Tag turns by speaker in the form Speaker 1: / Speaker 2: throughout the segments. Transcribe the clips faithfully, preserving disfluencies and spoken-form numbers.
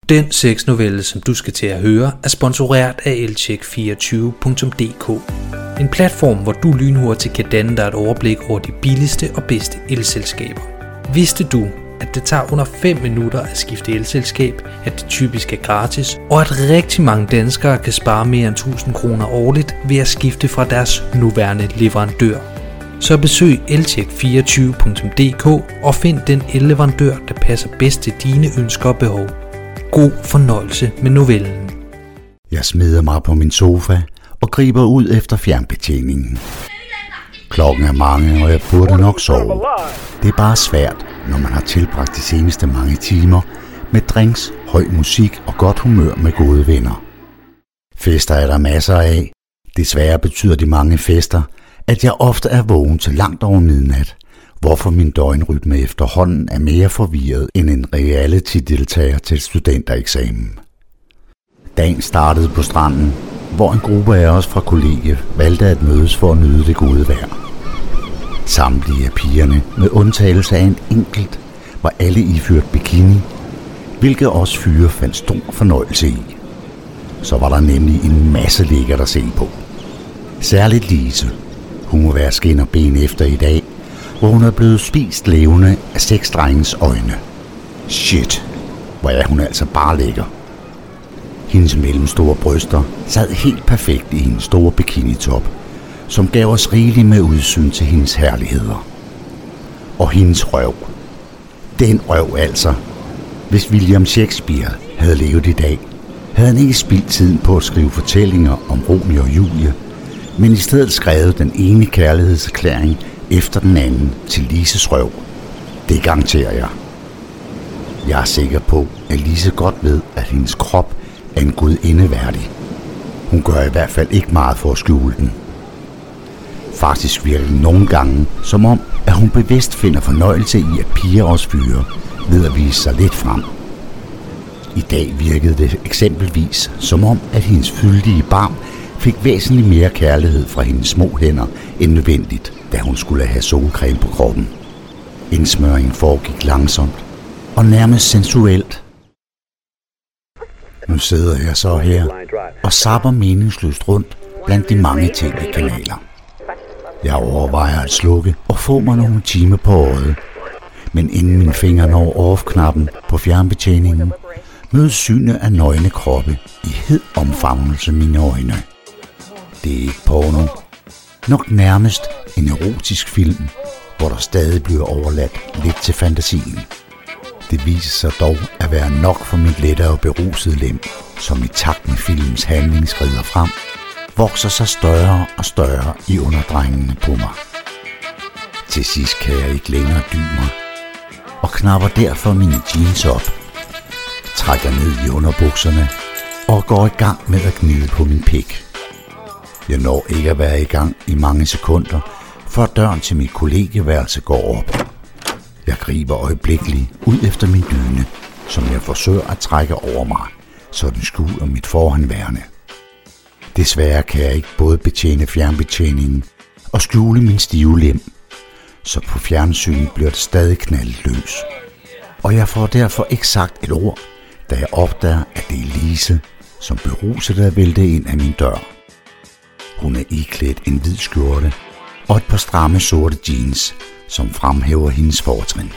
Speaker 1: Den sexnovelle, som du skal til at høre, er sponsoreret af elcheck fireogtyve punktum d k. En platform, hvor du lynhurtigt kan danne dig et overblik over de billigste og bedste elselskaber. Vidste du, at det tager under fem minutter at skifte elselskab, at det typisk er gratis, og at rigtig mange danskere kan spare mere end tusind kroner årligt ved at skifte fra deres nuværende leverandør? Så besøg elcheck fireogtyve punktum d k og find den elleverandør, der passer bedst til dine ønsker og behov. God fornøjelse med novellen.
Speaker 2: Jeg smider mig på min sofa og griber ud efter fjernbetjeningen. Klokken er mange, og jeg burde nok sove. Det er bare svært, når man har tilbragt de seneste mange timer med drinks, høj musik og godt humør med gode venner. Fester er der masser af. Desværre betyder de mange fester, at jeg ofte er vågen til langt over midnat, hvorfor min døgnrytme efterhånden er mere forvirret end en reality-deltager til studentereksamen. Dagen startede på stranden, hvor en gruppe af os fra kollegiet valgte at mødes for at nyde det gode vejr. Samtlige af pigerne, med undtagelse af en enkelt, var alle iført bikini, hvilket os fyre fandt stor fornøjelse i. Så var der nemlig en masse lækkert at se på. Særligt Lise. Hun må være skin og ben efter i dag, hvor hun er blevet spist levende af seks drengens øjne. Shit, hvor er hun altså bare lækker. Hendes mellemstore bryster sad helt perfekt i hendes store bikinitop, som gav os rigeligt med udsyn til hendes herligheder. Og hendes røv. Den røv altså. Hvis William Shakespeare havde levet i dag, havde han ikke spildt tiden på at skrive fortællinger om Romeo og Julie, men i stedet skrevet den ene kærlighedserklæring efter den anden til Lises røv. Det garanterer jeg. Jeg er sikker på, at Lise godt ved, at hendes krop er en gudinde værdig. Hun gør i hvert fald ikke meget for at skjule den. Faktisk virker det nogle gange, som om, at hun bevidst finder fornøjelse i, at piger også fyre ved at vise sig lidt frem. I dag virkede det eksempelvis som om, at hendes fyldige barm fik væsentligt mere kærlighed fra hendes små hænder end nødvendigt, da hun skulle have solcreme på kroppen. Indsmøringen foregik langsomt og nærmest sensuelt. Nu sidder jeg så her og zapper meningsløst rundt blandt de mange T V-kanaler. Jeg overvejer at slukke og få mig nogle timer på året, men inden mine fingre når off-knappen på fjernbetjeningen, mødes synet af nøgne kroppe i hed omfavnelse mine øjne. Det er ikke porno, nok nærmest en erotisk film, hvor der stadig bliver overladt lidt til fantasien. Det viser sig dog at være nok for mit lettere berusede lem, som i takt med filmens handling skrider frem, vokser sig større og større i underdrejningene på mig. Til sidst kan jeg ikke længere dy mig, og knapper derfor mine jeans op, trækker ned i underbukserne og går i gang med at gnide på min pik. Jeg når ikke at være i gang i mange sekunder, før døren til mit kollegieværelse går op. Jeg griber øjeblikkeligt ud efter min dyne, som jeg forsøger at trække over mig, så den skjuler mit forhenværende. Desværre kan jeg ikke både betjene fjernbetjeningen og skjule min stive lem, så på fjernsynet bliver det stadig knaldet løs. Og jeg får derfor ikke sagt et ord, da jeg opdager, at det er Lise, som beruset er væltet ind af min dør. Hun er iklædt en hvid skjorte og et par stramme sorte jeans, som fremhæver hendes fortrin.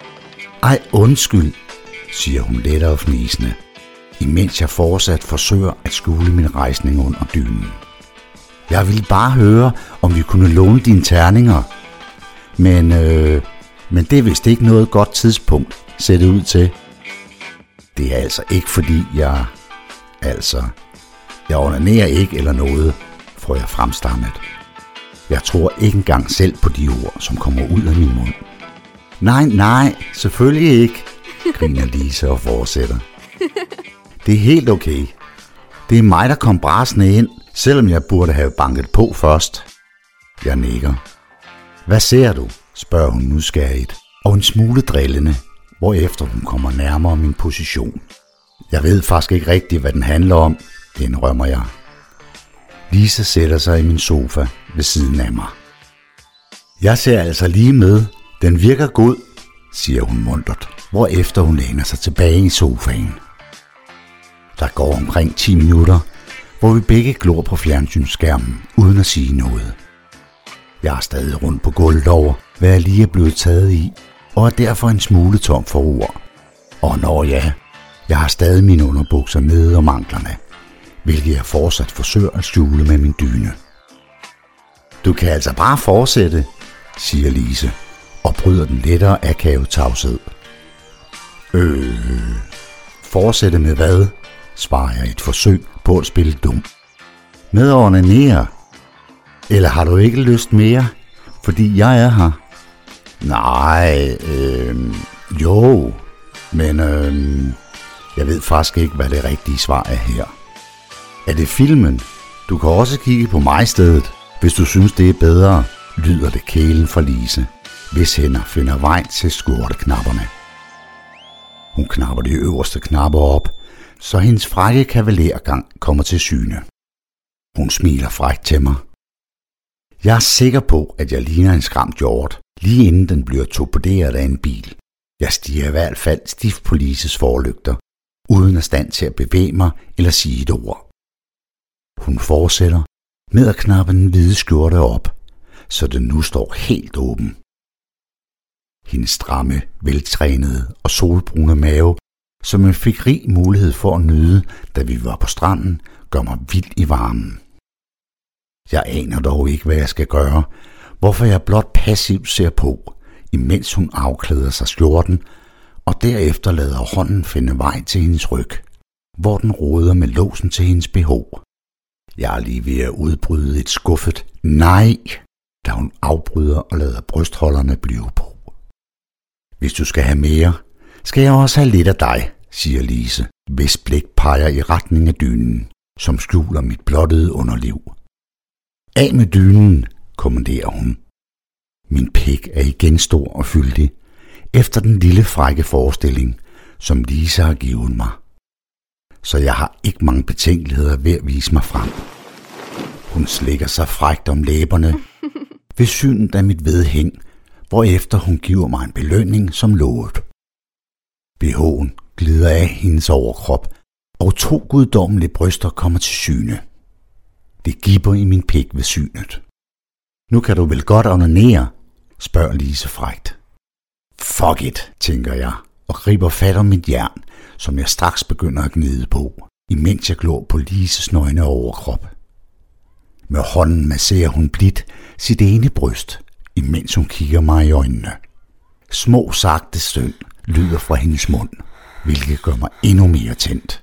Speaker 2: Ej, undskyld, siger hun lettere fnisende, imens jeg fortsat forsøger at skjule min rejsning under dynen. Jeg ville bare høre, om vi kunne låne dine terninger. Men, øh, men det er vist ikke noget godt tidspunkt, ser det ud til. Det er altså ikke fordi jeg... Altså... Jeg onanerer ikke eller noget, får jeg fremstammet. Jeg tror ikke engang selv på de ord, som kommer ud af min mund. Nej, nej, selvfølgelig ikke, griner Lise og fortsætter. Det er helt okay. Det er mig, der kom brasende ind, selvom jeg burde have banket på først. Jeg nikker. Hvad ser du? Spørger hun nysgerrigt, og en smule drillende, hvorefter hun kommer nærmere min position. Jeg ved faktisk ikke rigtigt, hvad den handler om, det indrømmer jeg. Lise sætter sig i min sofa ved siden af mig. Jeg ser altså lige med. Den virker god, siger hun muntert, hvorefter hun læner sig tilbage i sofaen. går omkring ti minutter, hvor vi begge glor på fjernsynsskærmen uden at sige noget. Jeg er stadig rundt på gulvet over, hvad jeg lige er blevet taget i, og er derfor en smule tom for ord. Og når ja, jeg har stadig mine underbukser nede om anklerne, hvilket jeg fortsat forsøger at skjule med min dyne. Du kan altså bare fortsætte, siger Lise, og bryder den lettere akavet tavshed. Øh, fortsætte med hvad? Svarer jeg i et forsøg på at spille dum. Med at onanere. Eller har du ikke lyst mere? Fordi jeg er her. Nej, øh, jo, men øh, jeg ved faktisk ikke, hvad det rigtige svar er her. Er det filmen? Du kan også kigge på mig i stedet, hvis du synes, det er bedre, lyder det kælen fra Lise, hvis hænder finder vej til skjorteknapperne. Hun knapper de øverste knapper op, så hendes frække kavalergang kommer til syne. Hun smiler frækt til mig. Jeg er sikker på, at jeg ligner en skræmt hjort, lige inden den bliver torpederet af en bil. Jeg stiger i hvert fald stift på Lises forlygter, uden at stand til at bevæge mig eller sige et ord. Hun fortsætter med at knappe den hvide skjorte op, så den nu står helt åben. Hendes stramme, veltrænede og solbrune mave, som jeg fik rig mulighed for at nyde, da vi var på stranden, gør mig vild i varmen. Jeg aner dog ikke, hvad jeg skal gøre, hvorfor jeg blot passivt ser på, imens hun afklæder sig skjorten, og derefter lader hånden finde vej til hendes ryg, hvor den roder med låsen til hendes B H. Jeg er lige ved at udbryde et skuffet nej, da hun afbryder og lader brystholderne blive på. Hvis du skal have mere, skal jeg også have lidt af dig, siger Lise, hvis blik peger i retning af dynen, som skjuler mit blottede underliv. Af med dynen, kommanderer hun. Min pik er igen stor og fyldig, efter den lille frække forestilling, som Lise har givet mig. Så jeg har ikke mange betænkeligheder ved at vise mig frem. Hun slikker sig frækt om læberne ved synet af mit vedhæng, hvorefter hun giver mig en belønning som lovet. B H'en glider af hendes overkrop, og to guddommelige bryster kommer til syne. Det gibber i min pik ved synet. Nu kan du vel godt onanere, spørger Lise frækt. Fuck it, tænker jeg, og griber fat om mit jern, som jeg straks begynder at gnide på, imens jeg glor på Lises nøgne overkrop. Med hånden masserer hun blidt sit ene bryst, imens hun kigger mig i øjnene. Små sagte støn lyder fra hendes mund, hvilket gør mig endnu mere tændt.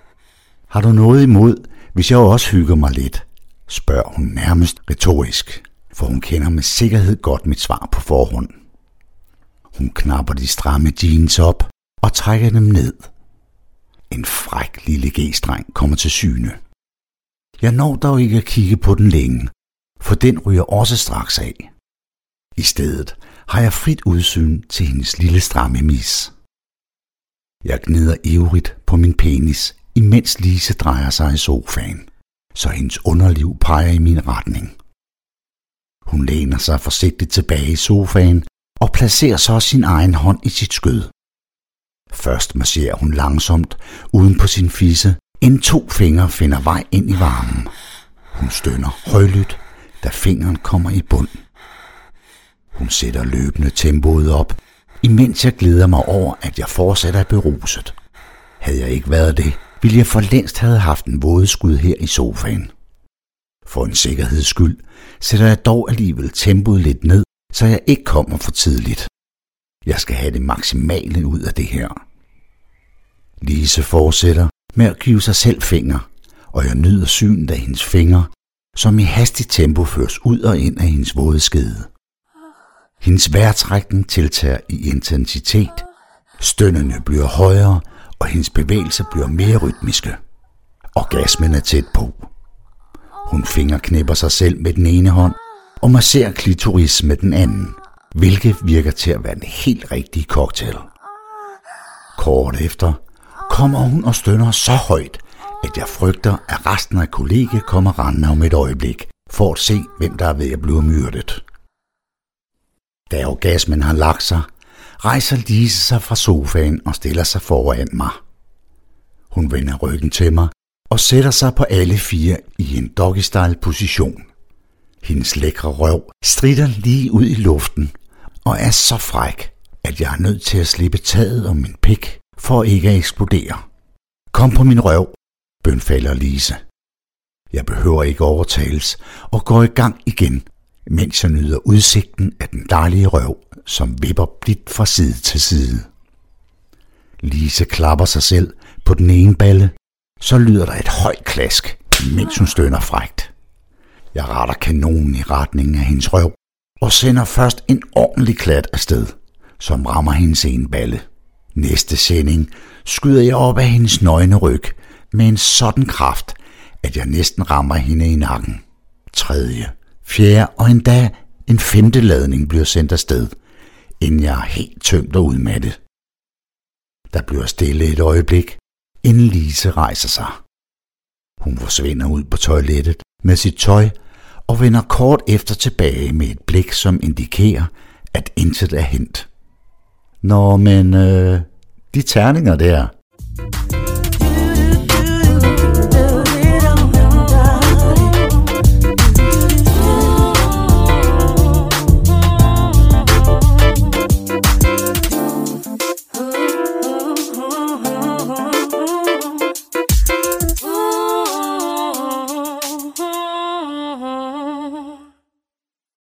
Speaker 2: Har du noget imod, hvis jeg også hygger mig lidt, spørger hun nærmest retorisk, for hun kender med sikkerhed godt mit svar på forhånd. Hun knapper de stramme jeans op og trækker dem ned. En fræk lille G-streng kommer til syne. Jeg når dog ikke at kigge på den længe, for den ryger også straks af. I stedet har jeg frit udsyn til hendes lille stramme mis. Jeg gnider ivrigt på min penis, imens Lise drejer sig i sofaen, så hendes underliv peger i min retning. Hun læner sig forsigtigt tilbage i sofaen og placerer så sin egen hånd i sit skød. Først masserer hun langsomt uden på sin fisse, inden to fingre finder vej ind i varmen. Hun stønner højlydt, da fingeren kommer i bund. Hun sætter løbende tempoet op, imens jeg glæder mig over, at jeg fortsætter beruset. Havde jeg ikke været det, ville jeg for længst have haft en vådeskud her i sofaen. For en sikkerheds skyld sætter jeg dog alligevel tempoet lidt ned, så jeg ikke kommer for tidligt. Jeg skal have det maksimale ud af det her. Lise fortsætter med at give sig selv fingre, og jeg nyder synet af hendes fingre, som i hastigt tempo føres ud og ind af hendes våde skede. Hendes vejrtrækning tiltager i intensitet, stønnene bliver højere, og hendes bevægelser bliver mere rytmiske. Orgasmen er tæt på. Hun fingerknipper sig selv med den ene hånd, og masserer klitoris med den anden, hvilket virker til at være en helt rigtig cocktail. Kort efter kommer hun og stønner så højt, at jeg frygter, at resten af kollegiet kommer rendende om et øjeblik, for at se, hvem der er ved at blive myrdet. Da orgasmen har lagt sig, rejser Lise sig fra sofaen og stiller sig foran mig. Hun vender ryggen til mig og sætter sig på alle fire i en doggy-style position. Hendes lækre røv stritter lige ud i luften og er så fræk, at jeg er nødt til at slippe taget om min pik for ikke at eksplodere. Kom på min røv, bønfalder Lise. Jeg behøver ikke overtales og går i gang igen, mens jeg nyder udsigten af den dejlige røv, som vipper blidt fra side til side. Lise klapper sig selv på den ene balle, så lyder der et højt klask, mens hun stønner frækt. Jeg retter kanonen i retningen af hendes røv og sender først en ordentlig klat afsted, som rammer hendes ene balle. Næste sending skyder jeg op af hendes nøgne ryg med en sådan kraft, at jeg næsten rammer hende i nakken. Tredje, fjerde og endda en femte ladning bliver sendt afsted, inden jeg er helt tømt og udmattet. Der bliver stille et øjeblik, inden Lise rejser sig. Hun forsvinder ud på toilettet med sit tøj og vender kort efter tilbage med et blik, som indikerer, at intet er hent. Nå, men øh, de terninger der.